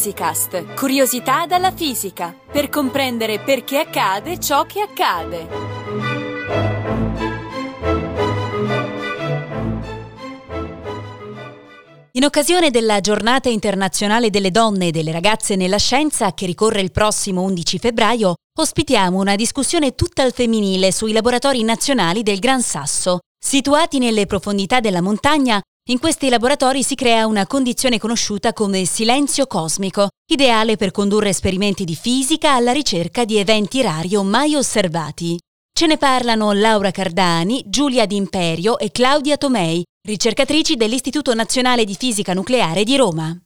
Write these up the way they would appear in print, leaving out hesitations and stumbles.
Fisicast, curiosità dalla fisica, per comprendere perché accade ciò che accade. In occasione della Giornata internazionale delle donne e delle ragazze nella scienza, che ricorre il prossimo 11 febbraio, ospitiamo una discussione tutta al femminile sui laboratori nazionali del Gran Sasso. Situati nelle profondità della montagna, in questi laboratori si crea una condizione conosciuta come silenzio cosmico, ideale per condurre esperimenti di fisica alla ricerca di eventi rari o mai osservati. Ce ne parlano Laura Cardani, Giulia D'Imperio e Claudia Tomei, ricercatrici dell'Istituto Nazionale di Fisica Nucleare di Roma.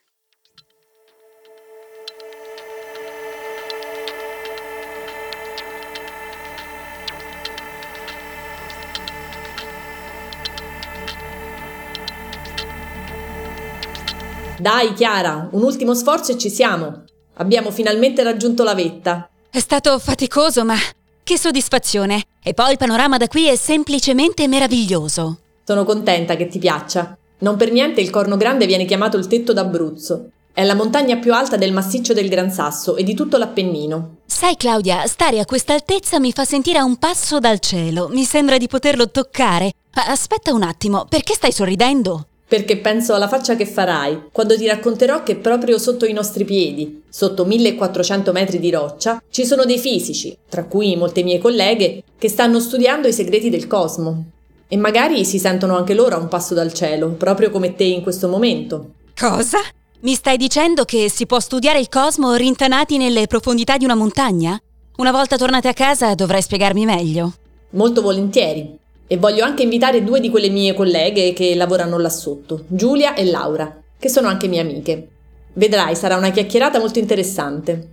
Dai Chiara, un ultimo sforzo e ci siamo. Abbiamo finalmente raggiunto la vetta. È stato faticoso, ma che soddisfazione! E poi il panorama da qui è semplicemente meraviglioso. Sono contenta che ti piaccia. Non per niente il Corno Grande viene chiamato il tetto d'Abruzzo. È la montagna più alta del massiccio del Gran Sasso e di tutto l'Appennino. Sai Claudia, stare a questa altezza mi fa sentire a un passo dal cielo. Mi sembra di poterlo toccare. Aspetta un attimo, perché stai sorridendo? Perché penso alla faccia che farai quando ti racconterò che proprio sotto i nostri piedi, sotto 1400 metri di roccia, ci sono dei fisici, tra cui molte mie colleghe, che stanno studiando i segreti del cosmo. E magari si sentono anche loro a un passo dal cielo, proprio come te in questo momento. Cosa? Mi stai dicendo che si può studiare il cosmo rintanati nelle profondità di una montagna? Una volta tornate a casa dovrai spiegarmi meglio. Molto volentieri. E voglio anche invitare due di quelle mie colleghe che lavorano là sotto, Giulia e Laura, che sono anche mie amiche. Vedrai, sarà una chiacchierata molto interessante.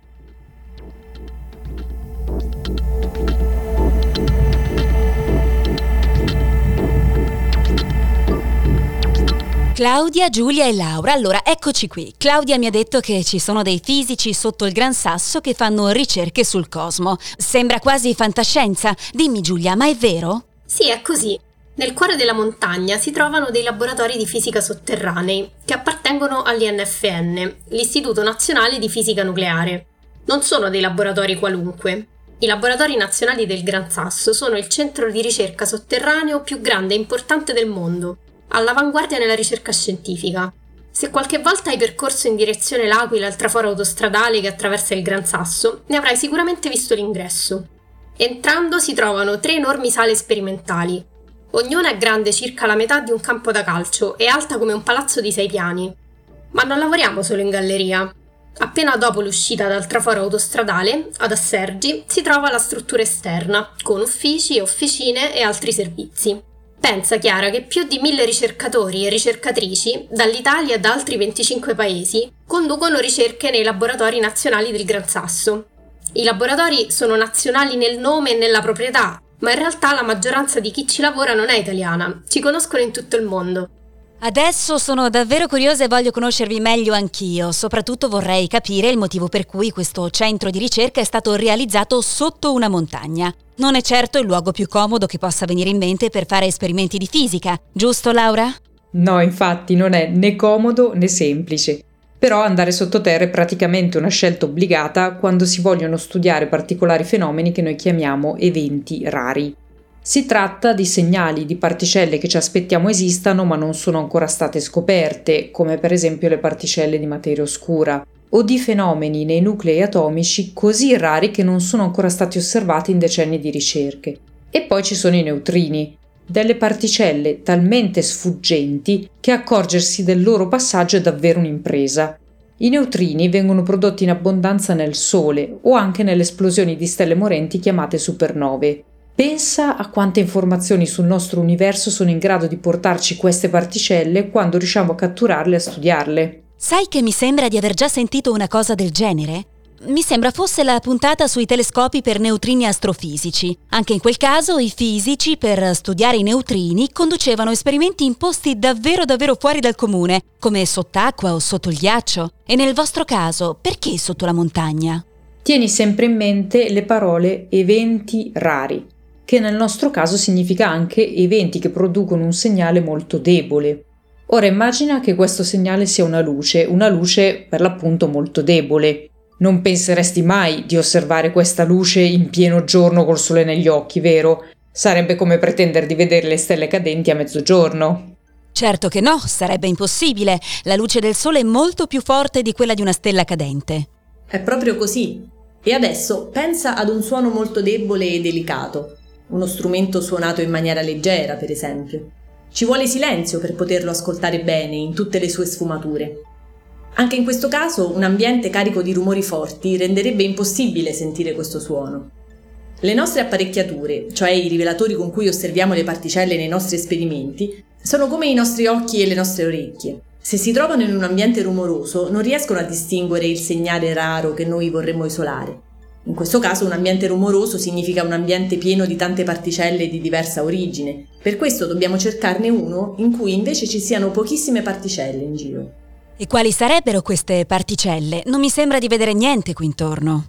Claudia, Giulia e Laura. Allora, eccoci qui. Claudia mi ha detto che ci sono dei fisici sotto il Gran Sasso che fanno ricerche sul cosmo. Sembra quasi fantascienza. Dimmi Giulia, ma è vero? Sì, è così. Nel cuore della montagna si trovano dei laboratori di fisica sotterranei che appartengono all'INFN, l'Istituto Nazionale di Fisica Nucleare. Non sono dei laboratori qualunque. I laboratori nazionali del Gran Sasso sono il centro di ricerca sotterraneo più grande e importante del mondo, all'avanguardia nella ricerca scientifica. Se qualche volta hai percorso in direzione L'Aquila il traforo autostradale che attraversa il Gran Sasso, ne avrai sicuramente visto l'ingresso. Entrando si trovano 3 enormi sale sperimentali. Ognuna è grande circa la metà di un campo da calcio e alta come un palazzo di 6 piani. Ma non lavoriamo solo in galleria. Appena dopo l'uscita dal traforo autostradale, ad Assergi, si trova la struttura esterna, con uffici, officine e altri servizi. Pensa Chiara che più di 1000 ricercatori e ricercatrici, dall'Italia e da altri 25 paesi, conducono ricerche nei laboratori nazionali del Gran Sasso. I laboratori sono nazionali nel nome e nella proprietà, ma in realtà la maggioranza di chi ci lavora non è italiana, ci conoscono in tutto il mondo. Adesso sono davvero curiosa e voglio conoscervi meglio anch'io. Soprattutto vorrei capire il motivo per cui questo centro di ricerca è stato realizzato sotto una montagna. Non è certo il luogo più comodo che possa venire in mente per fare esperimenti di fisica, giusto Laura? No, infatti non è né comodo né semplice. Però andare sottoterra è praticamente una scelta obbligata quando si vogliono studiare particolari fenomeni che noi chiamiamo eventi rari. Si tratta di segnali di particelle che ci aspettiamo esistano ma non sono ancora state scoperte, come per esempio le particelle di materia oscura, o di fenomeni nei nuclei atomici così rari che non sono ancora stati osservati in decenni di ricerche. E poi ci sono i neutrini, delle particelle talmente sfuggenti che accorgersi del loro passaggio è davvero un'impresa. I neutrini vengono prodotti in abbondanza nel Sole o anche nelle esplosioni di stelle morenti chiamate supernove. Pensa a quante informazioni sul nostro universo sono in grado di portarci queste particelle quando riusciamo a catturarle e a studiarle. Sai che mi sembra di aver già sentito una cosa del genere? Mi sembra fosse la puntata sui telescopi per neutrini astrofisici. Anche in quel caso i fisici, per studiare i neutrini, conducevano esperimenti in posti davvero fuori dal comune, come sott'acqua o sotto il ghiaccio. E nel vostro caso, perché sotto la montagna? Tieni sempre in mente le parole eventi rari, che nel nostro caso significa anche eventi che producono un segnale molto debole. Ora immagina che questo segnale sia una luce per l'appunto molto debole. Non penseresti mai di osservare questa luce in pieno giorno col sole negli occhi, vero? Sarebbe come pretendere di vedere le stelle cadenti a mezzogiorno. Certo che no, sarebbe impossibile. La luce del sole è molto più forte di quella di una stella cadente. È proprio così. E adesso pensa ad un suono molto debole e delicato. Uno strumento suonato in maniera leggera, per esempio. Ci vuole silenzio per poterlo ascoltare bene in tutte le sue sfumature. Anche in questo caso un ambiente carico di rumori forti renderebbe impossibile sentire questo suono. Le nostre apparecchiature, cioè i rivelatori con cui osserviamo le particelle nei nostri esperimenti, sono come i nostri occhi e le nostre orecchie. Se si trovano in un ambiente rumoroso non riescono a distinguere il segnale raro che noi vorremmo isolare. In questo caso un ambiente rumoroso significa un ambiente pieno di tante particelle di diversa origine. Per questo dobbiamo cercarne uno in cui invece ci siano pochissime particelle in giro. E quali sarebbero queste particelle? Non mi sembra di vedere niente qui intorno.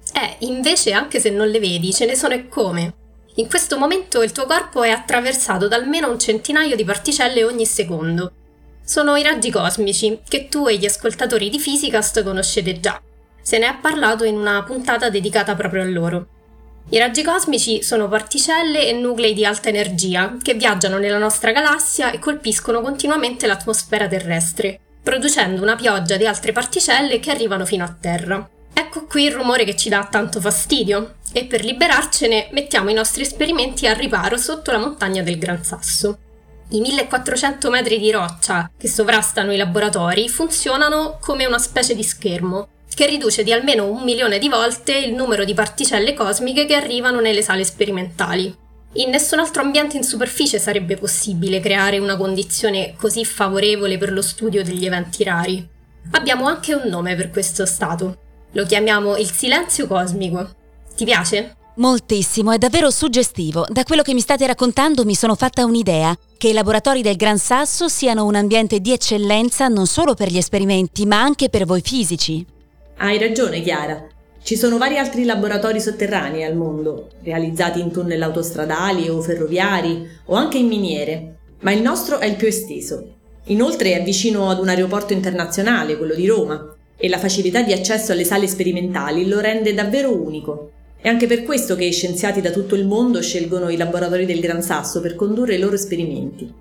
Invece anche se non le vedi, ce ne sono e come. In questo momento il tuo corpo è attraversato da almeno un centinaio di particelle ogni secondo. Sono i raggi cosmici, che tu e gli ascoltatori di Physicast conoscete già. Se ne è parlato in una puntata dedicata proprio a loro. I raggi cosmici sono particelle e nuclei di alta energia che viaggiano nella nostra galassia e colpiscono continuamente l'atmosfera terrestre, producendo una pioggia di altre particelle che arrivano fino a terra. Ecco qui il rumore che ci dà tanto fastidio, e per liberarcene mettiamo i nostri esperimenti a riparo sotto la montagna del Gran Sasso. I 1400 metri di roccia che sovrastano i laboratori funzionano come una specie di schermo, che riduce di almeno 1 milione di volte il numero di particelle cosmiche che arrivano nelle sale sperimentali. In nessun altro ambiente in superficie sarebbe possibile creare una condizione così favorevole per lo studio degli eventi rari. Abbiamo anche un nome per questo stato. Lo chiamiamo il silenzio cosmico. Ti piace? Moltissimo, è davvero suggestivo. Da quello che mi state raccontando mi sono fatta un'idea, che i laboratori del Gran Sasso siano un ambiente di eccellenza non solo per gli esperimenti, ma anche per voi fisici. Hai ragione, Chiara. Ci sono vari altri laboratori sotterranei al mondo, realizzati in tunnel autostradali o ferroviari o anche in miniere, ma il nostro è il più esteso. Inoltre è vicino ad un aeroporto internazionale, quello di Roma, e la facilità di accesso alle sale sperimentali lo rende davvero unico. È anche per questo che scienziati da tutto il mondo scelgono i laboratori del Gran Sasso per condurre i loro esperimenti.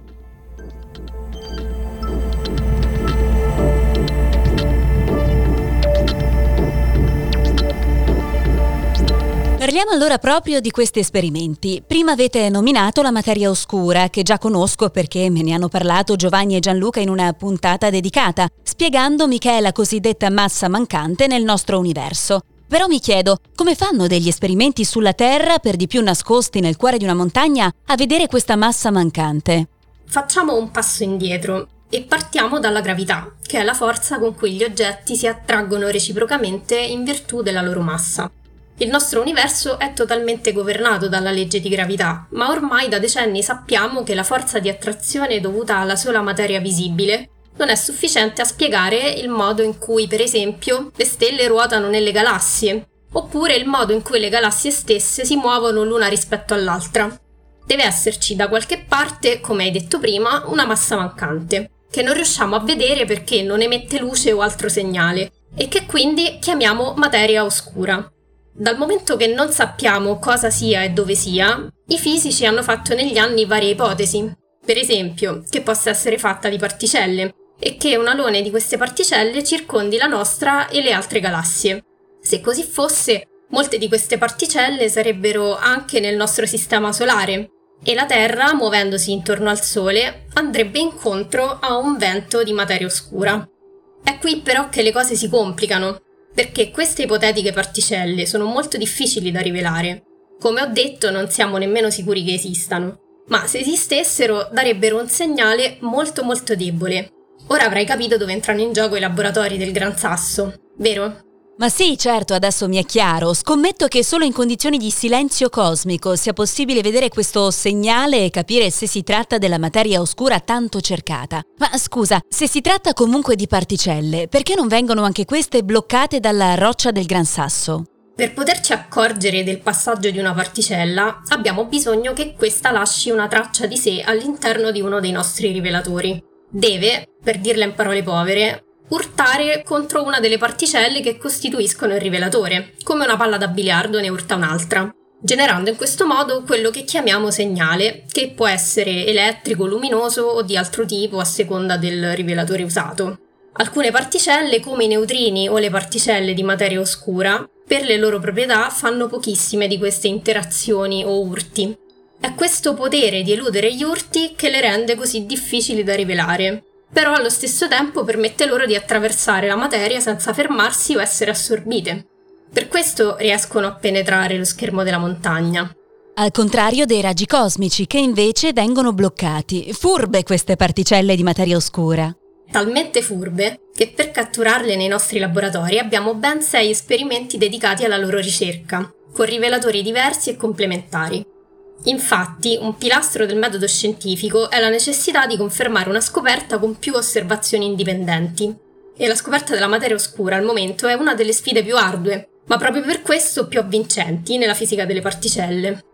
Parliamo allora proprio di questi esperimenti. Prima avete nominato la materia oscura, che già conosco perché me ne hanno parlato Giovanni e Gianluca in una puntata dedicata, spiegandomi che è la cosiddetta massa mancante nel nostro universo. Però mi chiedo, come fanno degli esperimenti sulla Terra, per di più nascosti nel cuore di una montagna, a vedere questa massa mancante? Facciamo un passo indietro e partiamo dalla gravità, che è la forza con cui gli oggetti si attraggono reciprocamente in virtù della loro massa. Il nostro universo è totalmente governato dalla legge di gravità, ma ormai da decenni sappiamo che la forza di attrazione dovuta alla sola materia visibile non è sufficiente a spiegare il modo in cui, per esempio, le stelle ruotano nelle galassie, oppure il modo in cui le galassie stesse si muovono l'una rispetto all'altra. Deve esserci da qualche parte, come hai detto prima, una massa mancante, che non riusciamo a vedere perché non emette luce o altro segnale, e che quindi chiamiamo materia oscura. Dal momento che non sappiamo cosa sia e dove sia, i fisici hanno fatto negli anni varie ipotesi. Per esempio, che possa essere fatta di particelle e che un alone di queste particelle circondi la nostra e le altre galassie. Se così fosse, molte di queste particelle sarebbero anche nel nostro sistema solare e la Terra, muovendosi intorno al Sole, andrebbe incontro a un vento di materia oscura. È qui però che le cose si complicano, perché queste ipotetiche particelle sono molto difficili da rivelare. Come ho detto, non siamo nemmeno sicuri che esistano, ma se esistessero darebbero un segnale molto molto debole. Ora avrai capito dove entrano in gioco i laboratori del Gran Sasso, vero? Ma sì, certo, adesso mi è chiaro. Scommetto che solo in condizioni di silenzio cosmico sia possibile vedere questo segnale e capire se si tratta della materia oscura tanto cercata. Ma scusa, se si tratta comunque di particelle, perché non vengono anche queste bloccate dalla roccia del Gran Sasso? Per poterci accorgere del passaggio di una particella, abbiamo bisogno che questa lasci una traccia di sé all'interno di uno dei nostri rivelatori. deve, per dirla in parole povere, urtare contro una delle particelle che costituiscono il rivelatore, come una palla da biliardo ne urta un'altra, generando in questo modo quello che chiamiamo segnale, che può essere elettrico, luminoso o di altro tipo a seconda del rivelatore usato. Alcune particelle, come i neutrini o le particelle di materia oscura, per le loro proprietà fanno pochissime di queste interazioni o urti. È questo potere di eludere gli urti che le rende così difficili da rivelare, però allo stesso tempo permette loro di attraversare la materia senza fermarsi o essere assorbite. Per questo riescono a penetrare lo schermo della montagna. Al contrario dei raggi cosmici, che invece vengono bloccati. Furbe queste particelle di materia oscura. Talmente furbe che per catturarle nei nostri laboratori abbiamo ben 6 esperimenti dedicati alla loro ricerca, con rivelatori diversi e complementari. Infatti, un pilastro del metodo scientifico è la necessità di confermare una scoperta con più osservazioni indipendenti. E la scoperta della materia oscura al momento è una delle sfide più ardue, ma proprio per questo più avvincenti nella fisica delle particelle.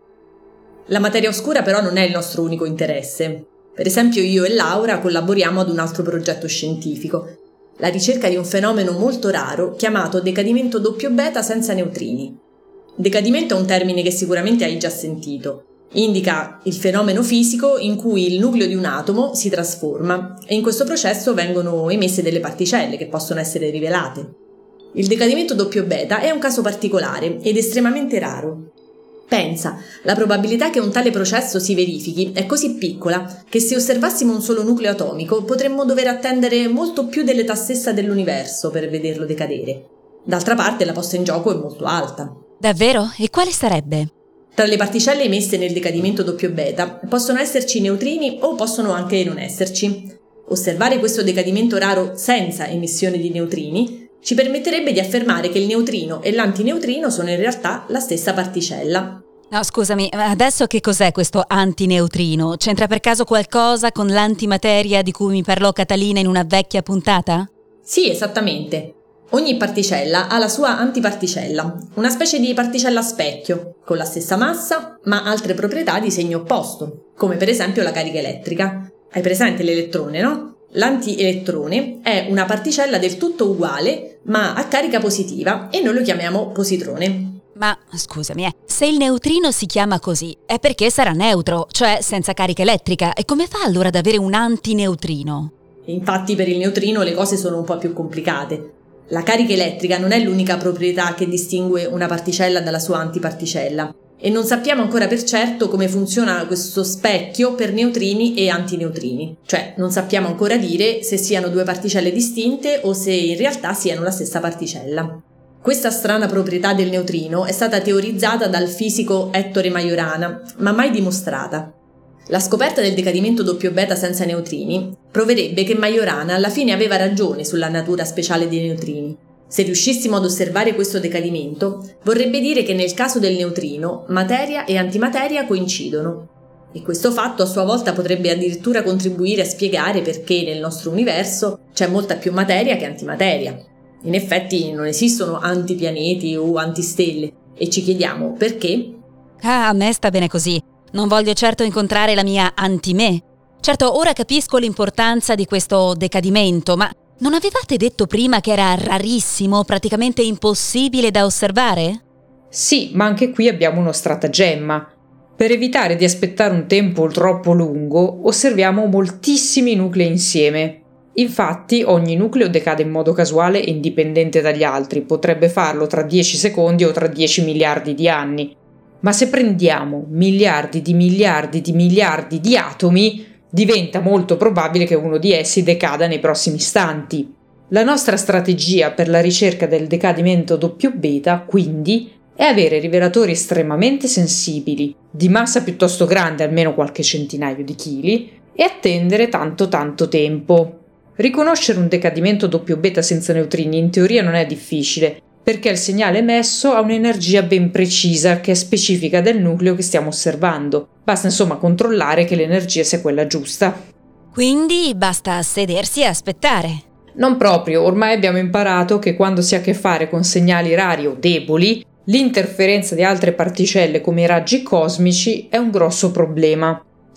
La materia oscura però non è il nostro unico interesse. Per esempio io e Laura collaboriamo ad un altro progetto scientifico, la ricerca di un fenomeno molto raro chiamato decadimento doppio beta senza neutrini. Decadimento è un termine che sicuramente hai già sentito. Indica il fenomeno fisico in cui il nucleo di un atomo si trasforma e in questo processo vengono emesse delle particelle che possono essere rivelate. Il decadimento doppio beta è un caso particolare ed estremamente raro. Pensa, la probabilità che un tale processo si verifichi è così piccola che se osservassimo un solo nucleo atomico potremmo dover attendere molto più dell'età stessa dell'universo per vederlo decadere. D'altra parte la posta in gioco è molto alta. Davvero? E quale sarebbe? Tra le particelle emesse nel decadimento doppio beta possono esserci neutrini o possono anche non esserci. Osservare questo decadimento raro senza emissione di neutrini ci permetterebbe di affermare che il neutrino e l'antineutrino sono in realtà la stessa particella. No, scusami, adesso che cos'è questo antineutrino? C'entra per caso qualcosa con l'antimateria di cui mi parlò Catalina in una vecchia puntata? Sì, esattamente. Ogni particella ha la sua antiparticella, una specie di particella specchio, con la stessa massa ma altre proprietà di segno opposto, come per esempio la carica elettrica. Hai presente l'elettrone, no? L'antielettrone è una particella del tutto uguale ma a carica positiva e noi lo chiamiamo positrone. Ma scusami, se il neutrino si chiama così è perché sarà neutro, cioè senza carica elettrica, e come fa allora ad avere un antineutrino? Infatti per il neutrino le cose sono un po' più complicate. La carica elettrica non è l'unica proprietà che distingue una particella dalla sua antiparticella e non sappiamo ancora per certo come funziona questo specchio per neutrini e antineutrini, cioè non sappiamo ancora dire se siano due particelle distinte o se in realtà siano la stessa particella. Questa strana proprietà del neutrino è stata teorizzata dal fisico Ettore Majorana, ma mai dimostrata. La scoperta del decadimento doppio beta senza neutrini proverebbe che Majorana alla fine aveva ragione sulla natura speciale dei neutrini. Se riuscissimo ad osservare questo decadimento, vorrebbe dire che nel caso del neutrino materia e antimateria coincidono. E questo fatto a sua volta potrebbe addirittura contribuire a spiegare perché nel nostro universo c'è molta più materia che antimateria. In effetti non esistono antipianeti o antistelle e ci chiediamo perché? Ah, a me sta bene così. Non voglio certo incontrare la mia anti-me. Certo, ora capisco l'importanza di questo decadimento, ma non avevate detto prima che era rarissimo, praticamente impossibile da osservare? Sì, ma anche qui abbiamo uno stratagemma. Per evitare di aspettare un tempo troppo lungo, osserviamo moltissimi nuclei insieme. Infatti, ogni nucleo decade in modo casuale e indipendente dagli altri, potrebbe farlo tra 10 secondi o tra 10 miliardi di anni. Ma se prendiamo miliardi di atomi, diventa molto probabile che uno di essi decada nei prossimi istanti. La nostra strategia per la ricerca del decadimento doppio beta, quindi, è avere rivelatori estremamente sensibili, di massa piuttosto grande, almeno qualche centinaio di chili, e attendere tanto tempo. Riconoscere un decadimento doppio beta senza neutrini in teoria non è difficile, perché il segnale emesso ha un'energia ben precisa che è specifica del nucleo che stiamo osservando. Basta insomma controllare che l'energia sia quella giusta. Quindi basta sedersi e aspettare. Non proprio, ormai abbiamo imparato che quando si ha a che fare con segnali rari o deboli, l'interferenza di altre particelle come i raggi cosmici è un grosso problema.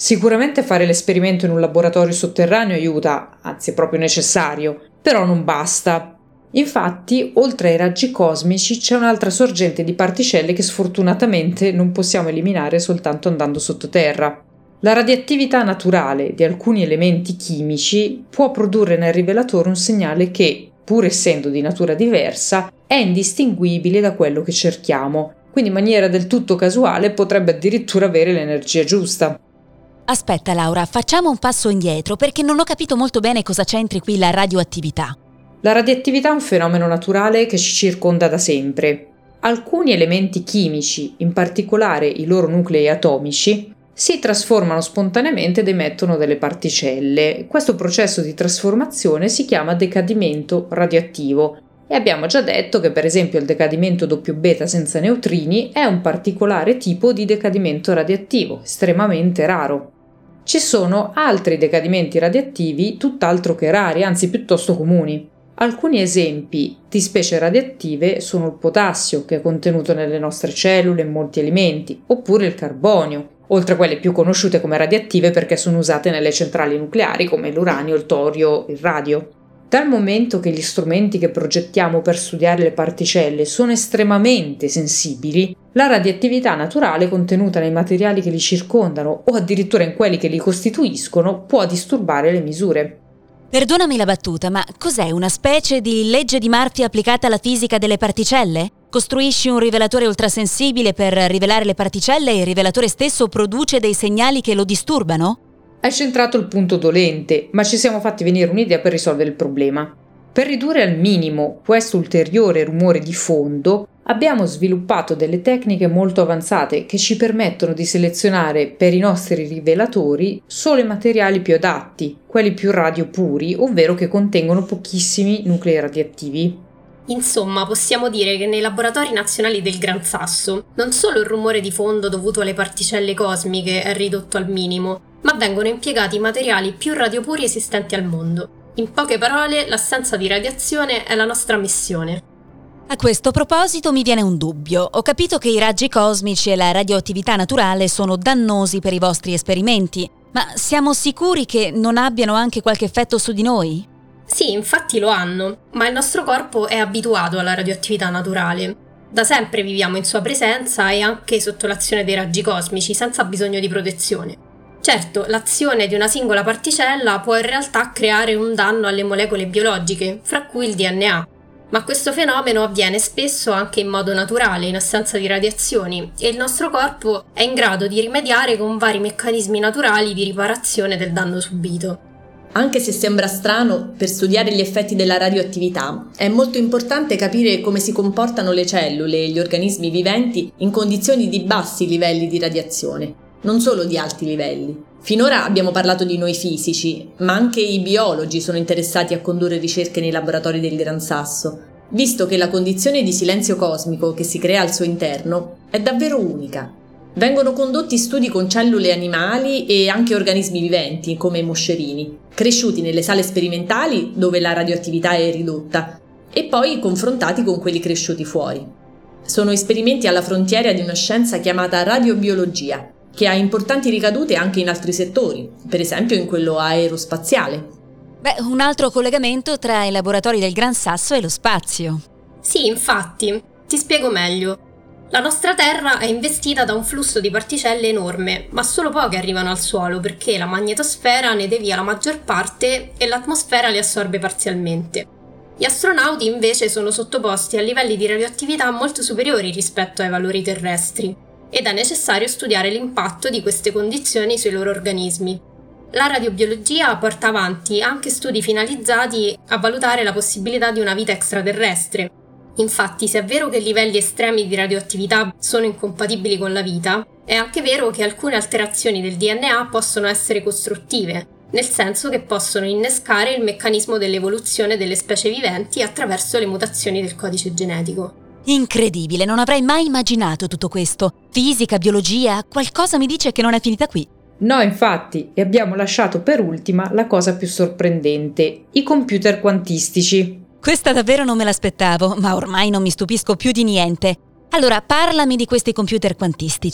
Sicuramente fare l'esperimento in un laboratorio sotterraneo aiuta, anzi è proprio necessario, però non basta. Infatti, oltre ai raggi cosmici, c'è un'altra sorgente di particelle che sfortunatamente non possiamo eliminare soltanto andando sottoterra. La radioattività naturale di alcuni elementi chimici può produrre nel rivelatore un segnale che, pur essendo di natura diversa, è indistinguibile da quello che cerchiamo, quindi in maniera del tutto casuale potrebbe addirittura avere l'energia giusta. Aspetta Laura, facciamo un passo indietro perché non ho capito molto bene cosa c'entri qui la radioattività. La radioattività è un fenomeno naturale che ci circonda da sempre. Alcuni elementi chimici, in particolare i loro nuclei atomici, si trasformano spontaneamente ed emettono delle particelle. Questo processo di trasformazione si chiama decadimento radioattivo e abbiamo già detto che per esempio il decadimento doppio beta senza neutrini è un particolare tipo di decadimento radioattivo, estremamente raro. Ci sono altri decadimenti radioattivi tutt'altro che rari, anzi piuttosto comuni. Alcuni esempi di specie radioattive sono il potassio, che è contenuto nelle nostre cellule e in molti alimenti, oppure il carbonio, oltre a quelle più conosciute come radioattive perché sono usate nelle centrali nucleari come l'uranio, il torio, il radio. Dal momento che gli strumenti che progettiamo per studiare le particelle sono estremamente sensibili, la radioattività naturale contenuta nei materiali che li circondano o addirittura in quelli che li costituiscono può disturbare le misure. Perdonami la battuta, ma cos'è una specie di legge di Murphy applicata alla fisica delle particelle? Costruisci un rivelatore ultrasensibile per rivelare le particelle e il rivelatore stesso produce dei segnali che lo disturbano? Hai centrato il punto dolente, ma ci siamo fatti venire un'idea per risolvere il problema. Per ridurre al minimo questo ulteriore rumore di fondo, abbiamo sviluppato delle tecniche molto avanzate che ci permettono di selezionare per i nostri rivelatori solo i materiali più adatti, quelli più radiopuri, ovvero che contengono pochissimi nuclei radioattivi. Insomma, possiamo dire che nei laboratori nazionali del Gran Sasso non solo il rumore di fondo dovuto alle particelle cosmiche è ridotto al minimo, ma vengono impiegati i materiali più radiopuri esistenti al mondo. In poche parole, l'assenza di radiazione è la nostra missione. A questo proposito mi viene un dubbio. Ho capito che i raggi cosmici e la radioattività naturale sono dannosi per i vostri esperimenti, ma siamo sicuri che non abbiano anche qualche effetto su di noi? Sì, infatti lo hanno, ma il nostro corpo è abituato alla radioattività naturale. Da sempre viviamo in sua presenza e anche sotto l'azione dei raggi cosmici, senza bisogno di protezione. Certo, l'azione di una singola particella può in realtà creare un danno alle molecole biologiche, fra cui il DNA. Ma questo fenomeno avviene spesso anche in modo naturale, in assenza di radiazioni, e il nostro corpo è in grado di rimediare con vari meccanismi naturali di riparazione del danno subito. Anche se sembra strano, per studiare gli effetti della radioattività è molto importante capire come si comportano le cellule e gli organismi viventi in condizioni di bassi livelli di radiazione, non solo di alti livelli. Finora abbiamo parlato di noi fisici, ma anche i biologi sono interessati a condurre ricerche nei laboratori del Gran Sasso, visto che la condizione di silenzio cosmico che si crea al suo interno è davvero unica. Vengono condotti studi con cellule animali e anche organismi viventi, come i moscerini, cresciuti nelle sale sperimentali dove la radioattività è ridotta, e poi confrontati con quelli cresciuti fuori. Sono esperimenti alla frontiera di una scienza chiamata radiobiologia, che ha importanti ricadute anche in altri settori, per esempio in quello aerospaziale. Un altro collegamento tra i laboratori del Gran Sasso e lo spazio. Sì, infatti, ti spiego meglio. La nostra Terra è investita da un flusso di particelle enorme, ma solo poche arrivano al suolo perché la magnetosfera ne devia la maggior parte e l'atmosfera le assorbe parzialmente. Gli astronauti invece sono sottoposti a livelli di radioattività molto superiori rispetto ai valori terrestri ed è necessario studiare l'impatto di queste condizioni sui loro organismi. La radiobiologia porta avanti anche studi finalizzati a valutare la possibilità di una vita extraterrestre. Infatti, se è vero che livelli estremi di radioattività sono incompatibili con la vita, è anche vero che alcune alterazioni del DNA possono essere costruttive, nel senso che possono innescare il meccanismo dell'evoluzione delle specie viventi attraverso le mutazioni del codice genetico. Incredibile, non avrei mai immaginato tutto questo. Fisica, biologia, qualcosa mi dice che non è finita qui. No, infatti, e abbiamo lasciato per ultima la cosa più sorprendente, i computer quantistici. Questa davvero non me l'aspettavo, ma ormai non mi stupisco più di niente. Allora, parlami di questi computer quantistici.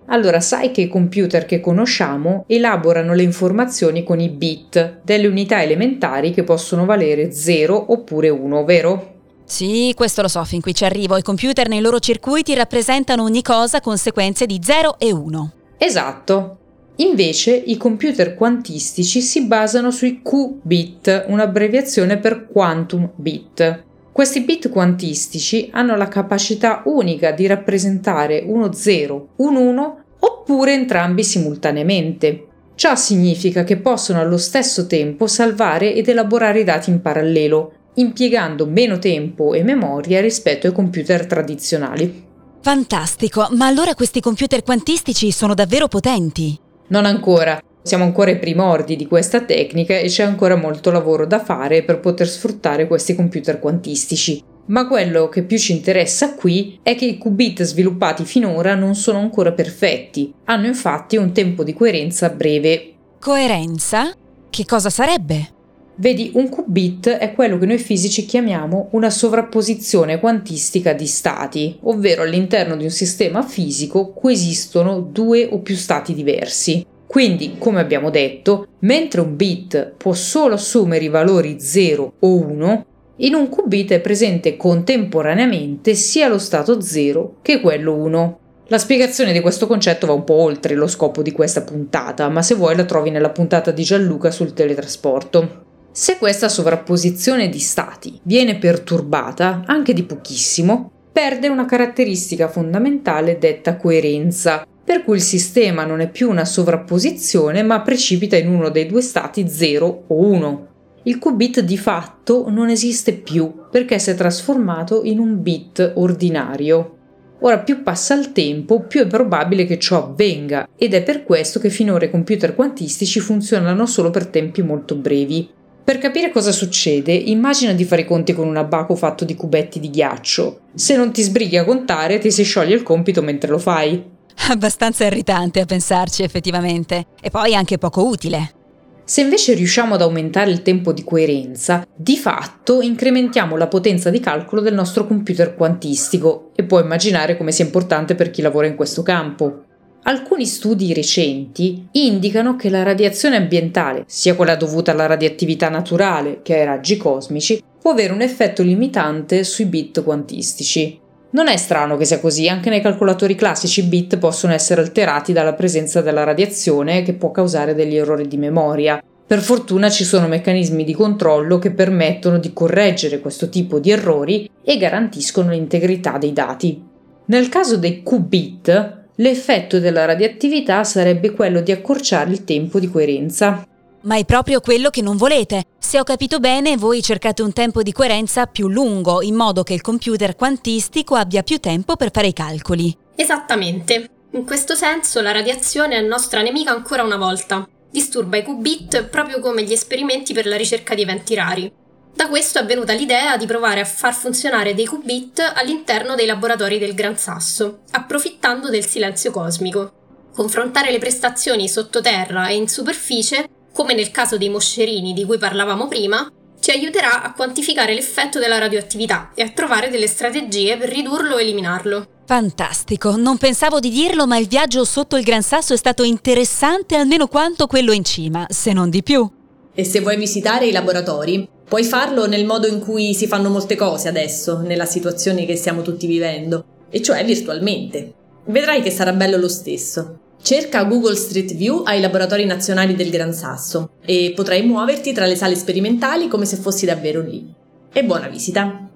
Allora, sai che i computer che conosciamo elaborano le informazioni con i bit, delle unità elementari che possono valere 0 oppure 1, vero? Sì, questo lo so, fin qui ci arrivo. I computer nei loro circuiti rappresentano ogni cosa con sequenze di 0 e 1. Esatto. Invece i computer quantistici si basano sui qubit, un'abbreviazione per quantum bit. Questi bit quantistici hanno la capacità unica di rappresentare uno 0, un 1 oppure entrambi simultaneamente. Ciò significa che possono allo stesso tempo salvare ed elaborare i dati in parallelo, impiegando meno tempo e memoria rispetto ai computer tradizionali. Fantastico, ma allora questi computer quantistici sono davvero potenti? Non ancora. Siamo ancora ai primordi di questa tecnica e c'è ancora molto lavoro da fare per poter sfruttare questi computer quantistici. Ma quello che più ci interessa qui è che i qubit sviluppati finora non sono ancora perfetti. Hanno infatti un tempo di coerenza breve. Coerenza? Che cosa sarebbe? Vedi, un qubit è quello che noi fisici chiamiamo una sovrapposizione quantistica di stati, ovvero all'interno di un sistema fisico coesistono due o più stati diversi. Quindi, come abbiamo detto, mentre un bit può solo assumere i valori 0 o 1, in un qubit è presente contemporaneamente sia lo stato 0 che quello 1. La spiegazione di questo concetto va un po' oltre lo scopo di questa puntata, ma se vuoi la trovi nella puntata di Gianluca sul teletrasporto. Se questa sovrapposizione di stati viene perturbata, anche di pochissimo, perde una caratteristica fondamentale detta coerenza, per cui il sistema non è più una sovrapposizione ma precipita in uno dei due stati 0 o 1. Il qubit di fatto non esiste più perché si è trasformato in un bit ordinario. Ora, più passa il tempo, più è probabile che ciò avvenga, ed è per questo che finora i computer quantistici funzionano solo per tempi molto brevi. Per capire cosa succede, immagina di fare i conti con un abaco fatto di cubetti di ghiaccio. Se non ti sbrighi a contare, ti si scioglie il compito mentre lo fai. Abbastanza irritante a pensarci, effettivamente. E poi anche poco utile. Se invece riusciamo ad aumentare il tempo di coerenza, di fatto incrementiamo la potenza di calcolo del nostro computer quantistico, e puoi immaginare come sia importante per chi lavora in questo campo. Alcuni studi recenti indicano che la radiazione ambientale, sia quella dovuta alla radioattività naturale che ai raggi cosmici, può avere un effetto limitante sui bit quantistici. Non è strano che sia così, anche nei calcolatori classici i bit possono essere alterati dalla presenza della radiazione che può causare degli errori di memoria. Per fortuna ci sono meccanismi di controllo che permettono di correggere questo tipo di errori e garantiscono l'integrità dei dati. Nel caso dei qubit, l'effetto della radioattività sarebbe quello di accorciare il tempo di coerenza. Ma è proprio quello che non volete. Se ho capito bene, voi cercate un tempo di coerenza più lungo, in modo che il computer quantistico abbia più tempo per fare i calcoli. Esattamente. In questo senso la radiazione è nostra nemica ancora una volta. Disturba i qubit proprio come gli esperimenti per la ricerca di eventi rari. Da questo è venuta l'idea di provare a far funzionare dei qubit all'interno dei laboratori del Gran Sasso, approfittando del silenzio cosmico. Confrontare le prestazioni sottoterra e in superficie, come nel caso dei moscerini di cui parlavamo prima, ci aiuterà a quantificare l'effetto della radioattività e a trovare delle strategie per ridurlo o eliminarlo. Fantastico, non pensavo di dirlo, ma il viaggio sotto il Gran Sasso è stato interessante almeno quanto quello in cima, se non di più. E se vuoi visitare i laboratori, puoi farlo nel modo in cui si fanno molte cose adesso, nella situazione che stiamo tutti vivendo, e cioè virtualmente. Vedrai che sarà bello lo stesso. Cerca Google Street View ai laboratori nazionali del Gran Sasso e potrai muoverti tra le sale sperimentali come se fossi davvero lì. E buona visita!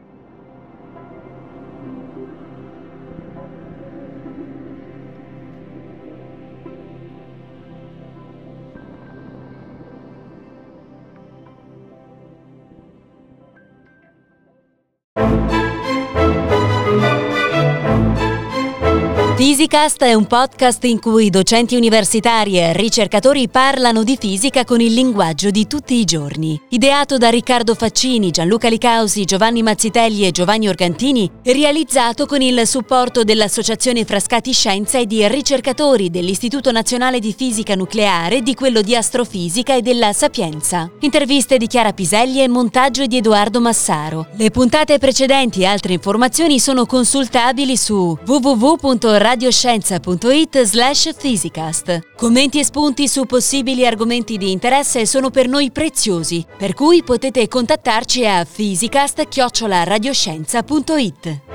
Physicast è un podcast in cui docenti universitari e ricercatori parlano di fisica con il linguaggio di tutti i giorni. Ideato da Riccardo Faccini, Gianluca Licausi, Giovanni Mazzitelli e Giovanni Organtini, realizzato con il supporto dell'Associazione Frascati Scienza e di ricercatori dell'Istituto Nazionale di Fisica Nucleare, di quello di Astrofisica e della Sapienza. Interviste di Chiara Piselli e montaggio di Edoardo Massaro. Le puntate precedenti e altre informazioni sono consultabili su www.radio radioscienza.it/Physicast. Commenti e spunti su possibili argomenti di interesse sono per noi preziosi, per cui potete contattarci a physicast@radioscienza.it.